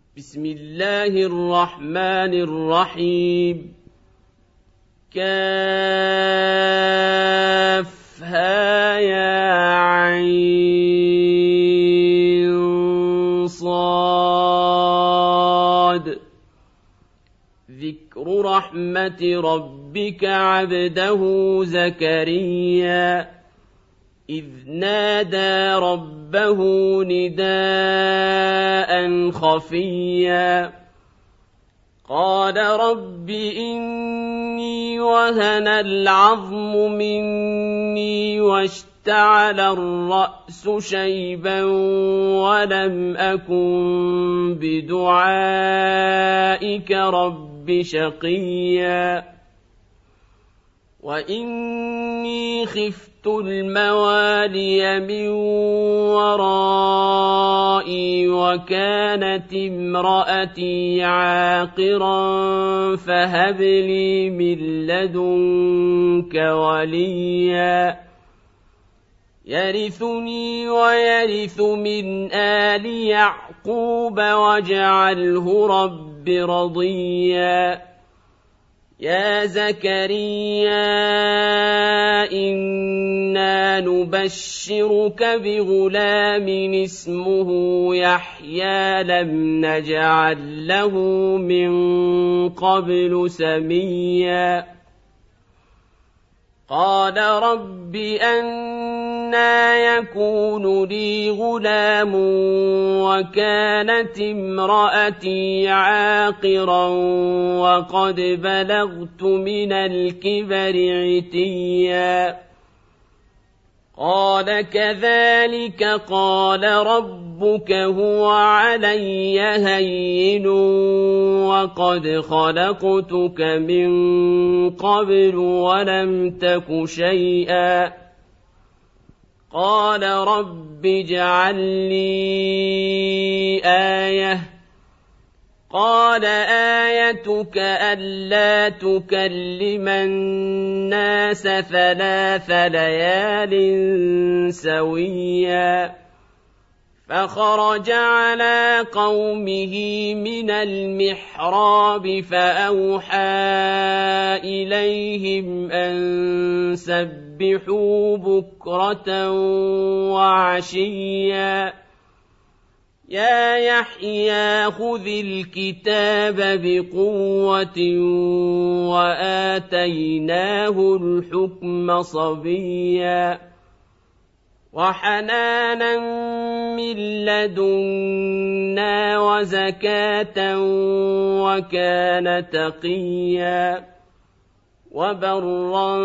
بسم الله الرحمن الرحيم كافها يا عين صاد ذكر رحمة ربك عبده زكريا إذ نادى ربه نداء خفيا قال رب إني وهن العظم مني واشتعل الرأس شيبا ولم أكن بدعائك رب شقيا وإني خفت الموالي من ورائي وكانت امرأتي عاقرا فهب لي من لدنك وليا يرثني ويرث من آل يعقوب واجعله رب رضيا يا زكريا إنا نبشرك بغلام اسمه يحيى لم نجعل له من قبل سميا قال رب أنى يكون لي غلام وكانت امرأتي عاقرا وقد بلغت من الكبر عتيا قال كذلك قال ربك هو علي هين وقد خلقتك من قبل ولم تك شيئا قال رب اجعل لي آية قال آيتك ألا تكلم الناس 3 ليال سويا فخرج على قومه من المحراب فأوحى إليهم أن سبحوا بكرة وعشيا يا يحيى خذ الكتاب بقوة وآتيناه الحكم صبيا وحنانا من لدنا وزكاة وكان تقيا وبرا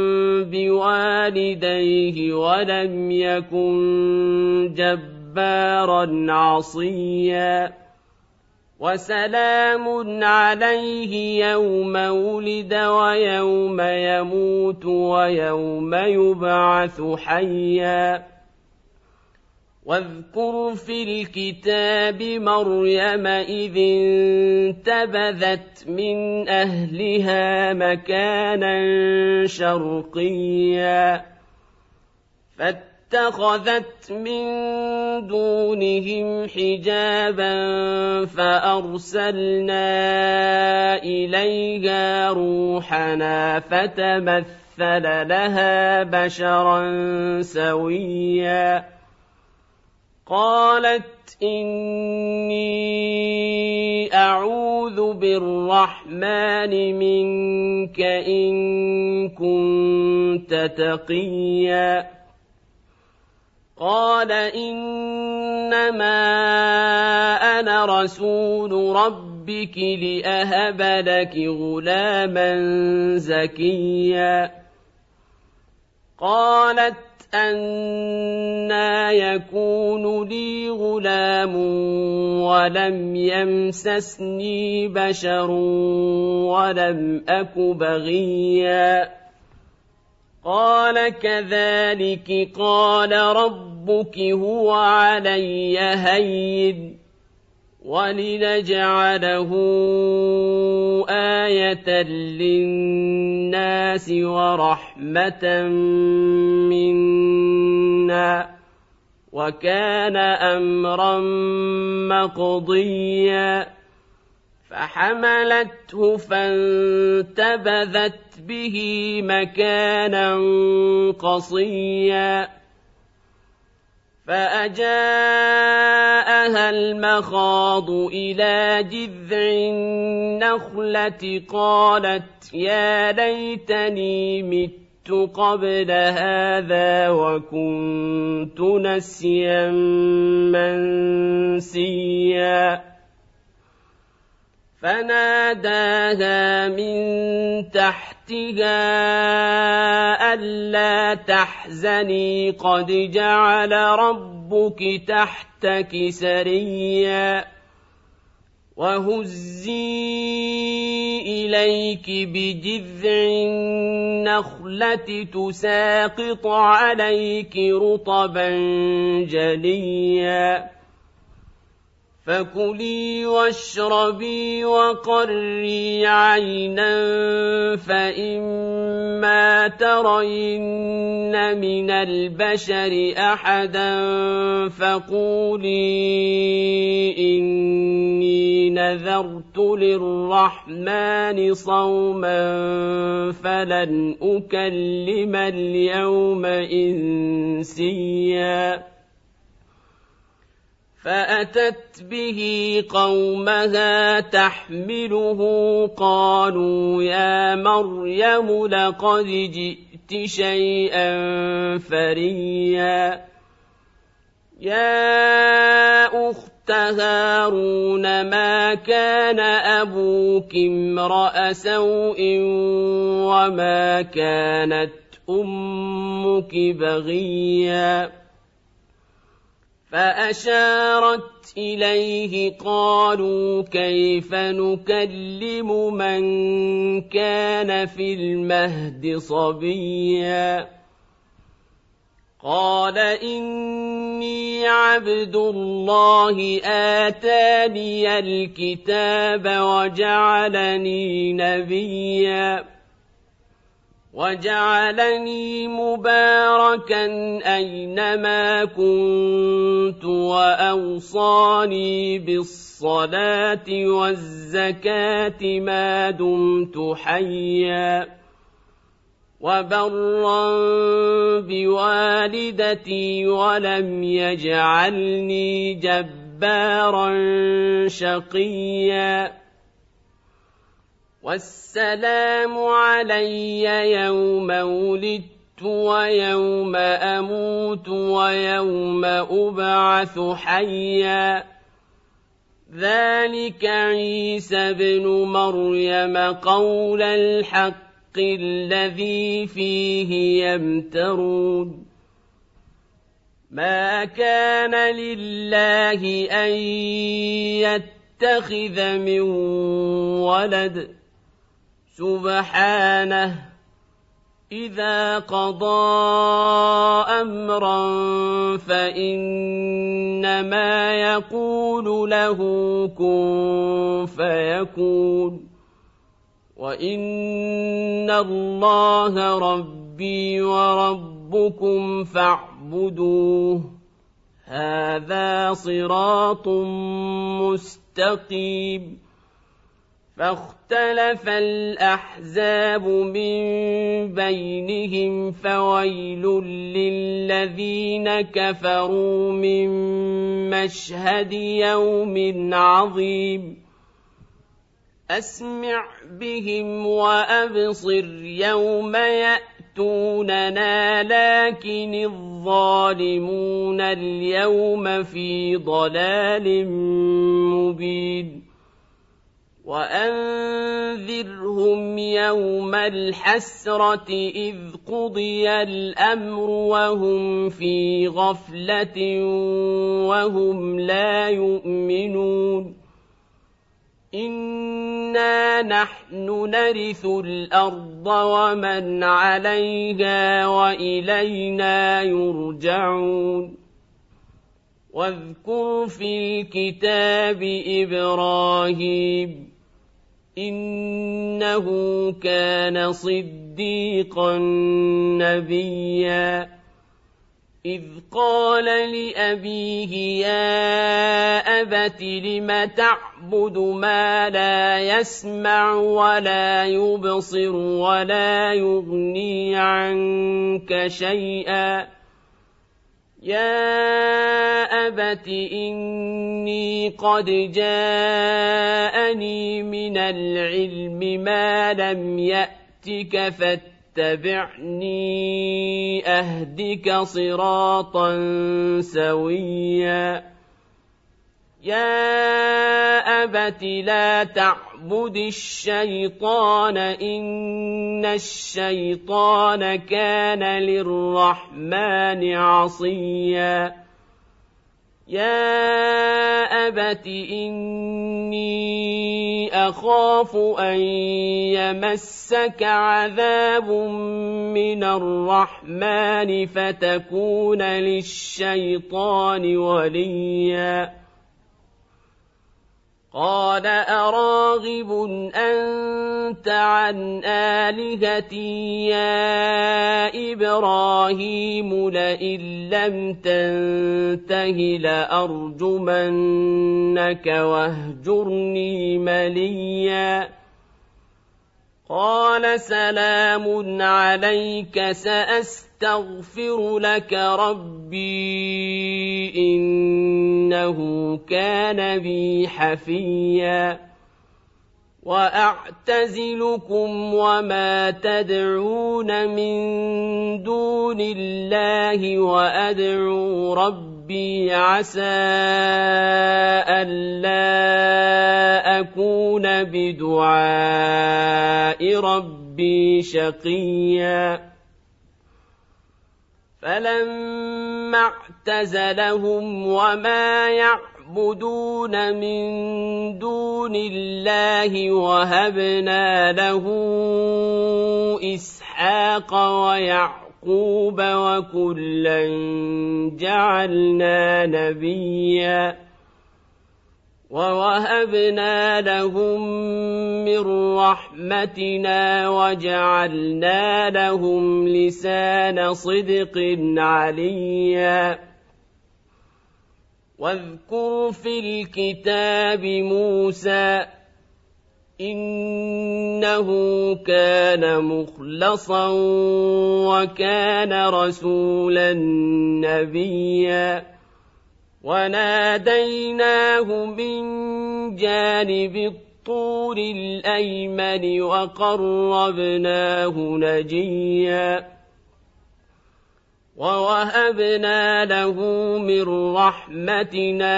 بوالديه ولم يكن جبارا عصيا وسلام عليه يوم ولد ويوم يموت ويوم يبعث حيا واذكر في الكتاب مريم إذ انتبذت من أهلها مكانا شرقيا فاتخذت من دونهم حجابا فأرسلنا إليها روحنا فتمثل لها بشرا سويا قالت إني أعوذ بالرحمن منك إن كنت تقيا قال إنما أنا رسول ربك لأهب لك غلاما زكيا قالت أنى يكون لي غلام ولم يمسسني بشر ولم أك بغيا قال كذلك قال ربك هو علي هين ولنجعله آية للناس ورحمة منا وكان أمرا مقضيا فحملته فانتبذت به مكانا قصيا فأجاءها المخاض إلى جذع النخلة قالت يا ليتني مت قبل هذا وكنت نسيا منسيا فناداها من تحتها ألا تحزني قد جعل ربك تحتك سريا وهزي إليك بجذع النخلة تساقط عليك رطبا جنيا فكلي واشربي وقري عينا فإما ترين من البشر أحدا فقولي إني نذرت للرحمن صوما فلن أكلم اليوم إنسيا فأتت به قومها تحمله قالوا يا مريم لقد جئت شيئا فريا يا أخت هارون ما كان أبوك امرأ سوء وما كانت أمك بغيا فأشارت إليه قالوا كيف نكلم من كان في المهد صبيا قال إني عبد الله آتاني الكتاب وجعلني نبيا وجعلني مباركا أينما كنت وأوصاني بالصلاة والزكاة ما دمت حيا وبرا بوالدتي ولم يجعلني جبارا شقيا والسلام علي يوم ولدت ويوم أموت ويوم أبعث حيا ذلك عيسى بن مريم قول الحق الذي فيه يمترون ما كان لله أن يتخذ من ولد سبحانه إذا قضى أمرا فإنما يقول له كن فيكون وإن الله ربي وربكم فاعبدوه هذا صراط مستقيم فاختلف الأحزاب من بينهم فويل للذين كفروا من مشهد يوم عظيم أسمع بهم وأبصر يوم يأتوننا لكن الظالمون اليوم في ضلال مبين وأنذرهم يوم الحسرة إذ قضي الأمر وهم في غفلة وهم لا يؤمنون إنا نحن نرث الأرض ومن عليها وإلينا يرجعون واذكر في الكتاب إبراهيم إنه كان صديقا نبيا إذ قال لأبيه يا أبت لم تعبد ما لا يسمع ولا يبصر ولا يغني عنك شيئا يا أبت إني قد جاءني من العلم ما لم يأتك فاتبعني أهدك صراطا سويا يا أبت لا تعبد الشيطان إن الشيطان كان للرحمن عصيا يا أبت إني أخاف أن يمسك عذاب من الرحمن فتكون للشيطان وليا قال أراغب أنت عن آلهتي يا إبراهيم لئن لم تنته لأرجمنك واهجرني مليا قال سلام عليك سأستغفر لك ربي إنه كان بي حفيا وأعتزلكم وما تدعون من دون الله وأدعو ربي عسى ألا أكون بدعاء ربي شقيا فلما اعتزلهم وما يعبدون من دون الله وهبنا له إسحاق ويعقوب وكلا جعلنا نبيا ووهبنا لهم من رحمتنا وجعلنا لهم لسان صدق عليا واذكر في الكتاب موسى إنه كان مخلصا وكان رسولا نبيا وناديناه من جانب الطور الأيمن وقربناه نجيا ووهبنا له من رحمتنا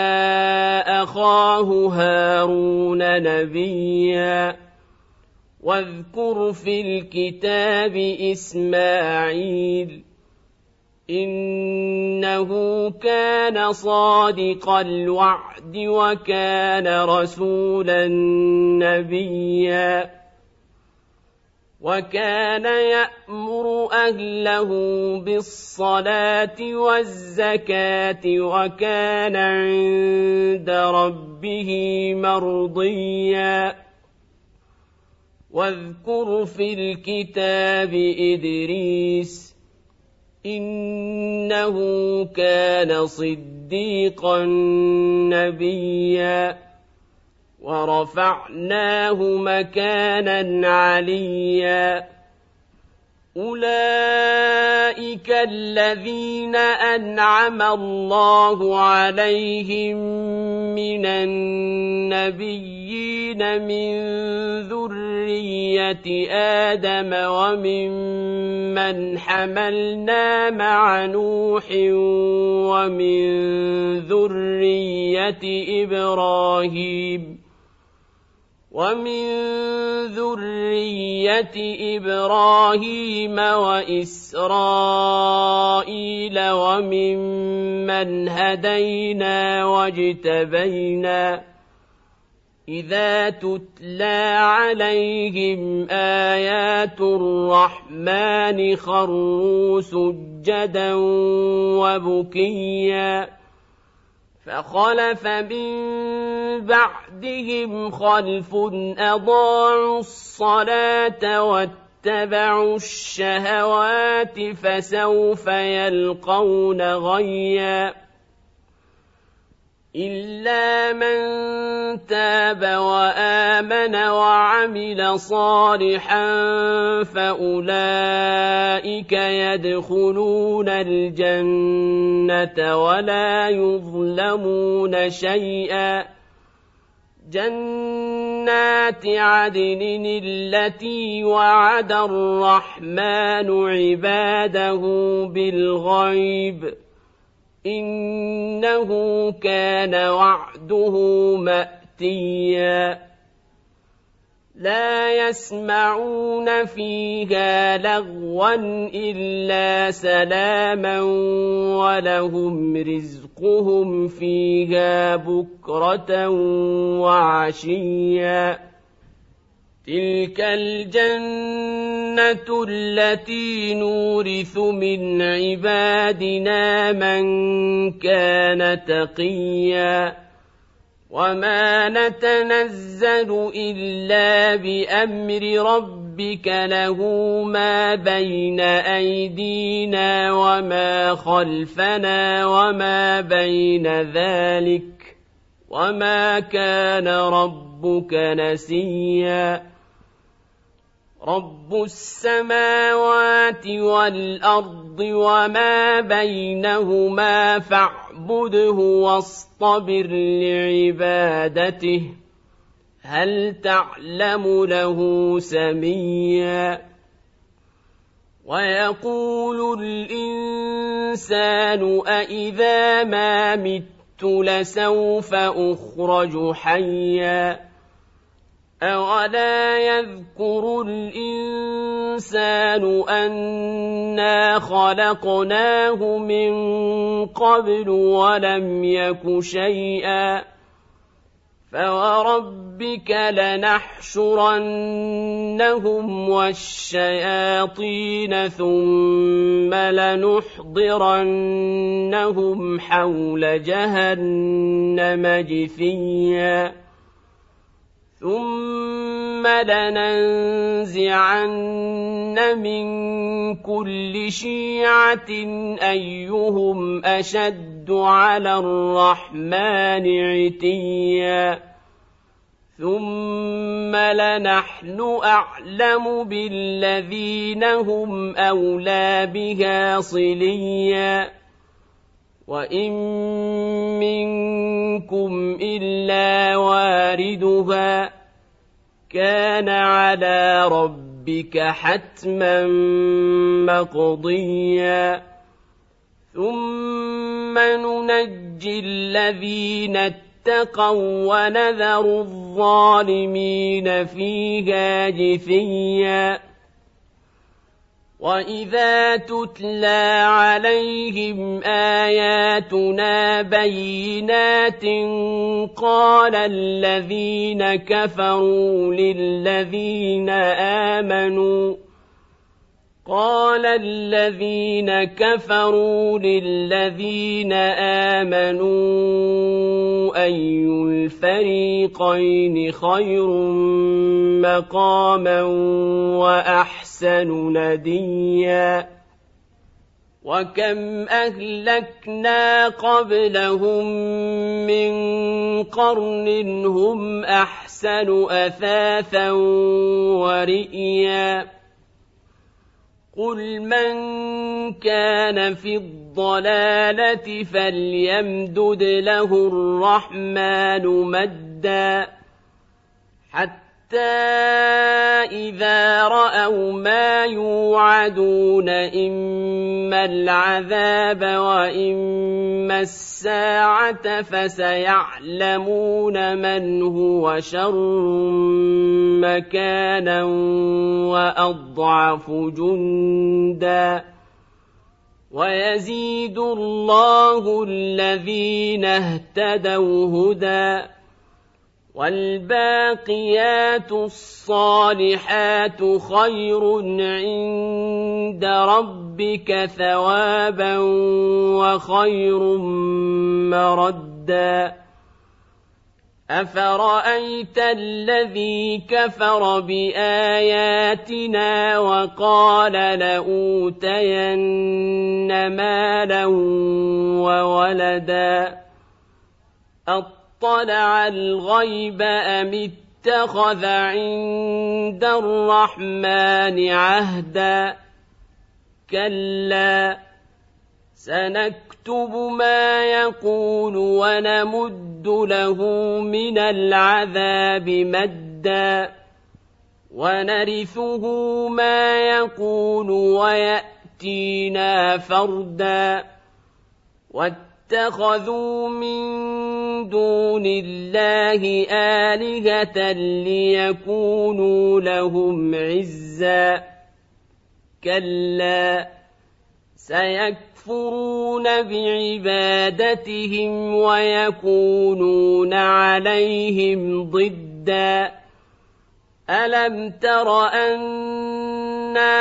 أخاه هارون نبيا واذكر في الكتاب إسماعيل إنه كان صادق الوعد وكان رسولا نبيا وكان يأمر أهله بالصلاة والزكاة وكان عند ربه مرضيا واذكر في الكتاب إدريس إنه كان صديقا نبيا ورفعناه مكانا عليا أولئك الذين أنعم الله عليهم من النبيين من ذرية آدم وممن حملنا مع نوح ومن ذرية إبراهيم وإسرائيل وممن هدينا واجتبينا إذا تتلى عليهم آيات الرحمن خروا سجدا وبكيا فخلف من بعدهم خلف أضاعوا الصلاة واتبعوا الشهوات فسوف يلقون غيا إلا من تاب وآمن وعمل صالحا فأولئك يدخلون الجنة ولا يظلمون شيئا جنات عدن التي وعد الرحمن عباده بالغيب إنه كان وعده مأتيا لا يسمعون فيها لغوا إلا سلاما ولهم رزقهم فيها بكرة وعشيا تلك الجنة التي نورث من عبادنا من كان تقيا وما نتنزل إلا بأمر ربك له ما بين أيدينا وما خلفنا وما بين ذلك وما كان ربك نسيا رب السماوات والأرض وما بينهما فاعبده واصطبر لعبادته هل تعلم له سميا ويقول الإنسان أإذا ما مت لسوف أخرج حيا أولا يذكر الإنسان أنا خلقناه من قبل ولم يك شيئا فوربك لنحشرنهم والشياطين ثم لنحضرنهم حول جهنم جثيا ثم لننزعن من كل شيعة أيهم أشد على الرحمن عتيا ثم لنحن أعلم بالذين هم أولى بها صليا وإن منكم إلا واردها كان على ربك حتما مقضيا ثم ننجي الذين اتقوا ونذر الظالمين فيها جثيا وإذا تتلى عليهم آياتنا بينات قال الذين كفروا للذين آمنوا أي الفريقين خير مقاما وأحسن نديا وكم أهلكنا قبلهم من قرن هم أحسن أثاثا ورئيا قل من كان في الضلالة فليمدد له الرحمن مدا حتى إذا رأوا ما يوعدون إما العذاب وإما الساعة فسيعلمون من هو شر مكانا وأضعف جندا ويزيد الله الذين اهتدوا هدى والباقيات الصالحات خير عند ربك ثوابا وخير مردا أفرأيت الذي كفر بآياتنا وقال لأوتين مالا وولدا أطلع الغيب أم اتخذ عند الرحمن عهدا كلا سنكتب ما يقول ونمد له من العذاب مدا ونرثه ما يقول ويأتينا فردا واتخذوا من دون الله آلهة ليكونوا لهم عزا كلا سيكفرون بعبادتهم ويكونون عليهم ضدا ألم تر أنا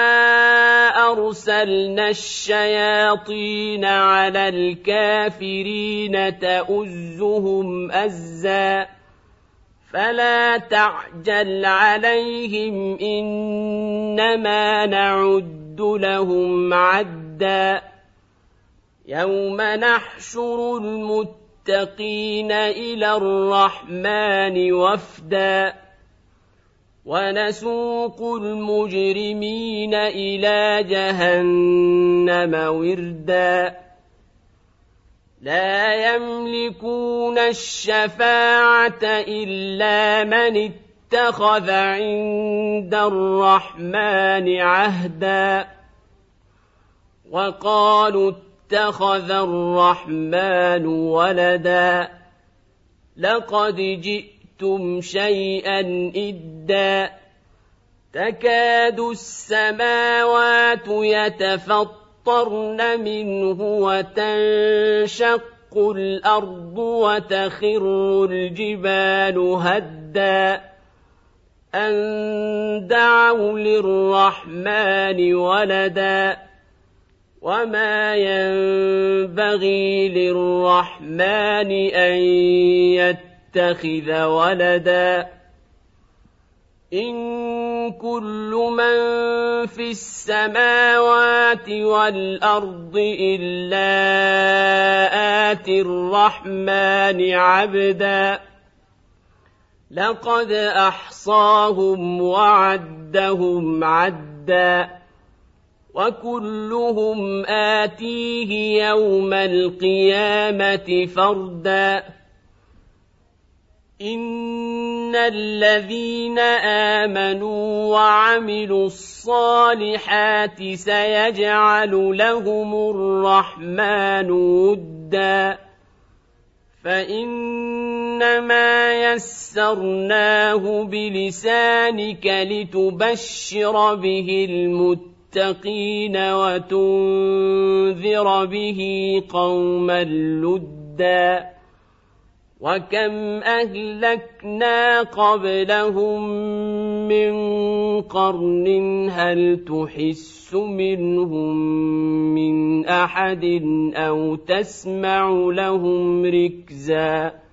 أرسلنا الشياطين على الكافرين تؤزهم أزا فلا تعجل عليهم إنما نعد لهم عدا يوم نحشر المتقين إلى الرحمن وفدا ونسوق المجرمين إلى جهنم وردا لا يملكون الشفاعة إلا من اتخذ عند الرحمن عهدا وقالوا اتخذ الرحمن ولدا لقد جئتم شيئا إدا تكاد السماوات يتفطرن منه وتنشق الأرض وتخر الجبال هدا أن دعوا للرحمن ولدا وما ينبغي للرحمن أن يتخذ ولدا إن كل من في السماوات والأرض إلا آتي الرحمن عبدا لقد أحصاهم وعدهم عدا وكلهم آتيه يوم القيامة فردا إن الذين آمنوا وعملوا الصالحات سيجعل لهم الرحمن ودا فإنما يسرناه بلسانك لتبشر به المتقين وتنذر به قوما لدا وكم أهلكنا قبلهم من قرن هل تحس منهم من أحد أو تسمع لهم ركزا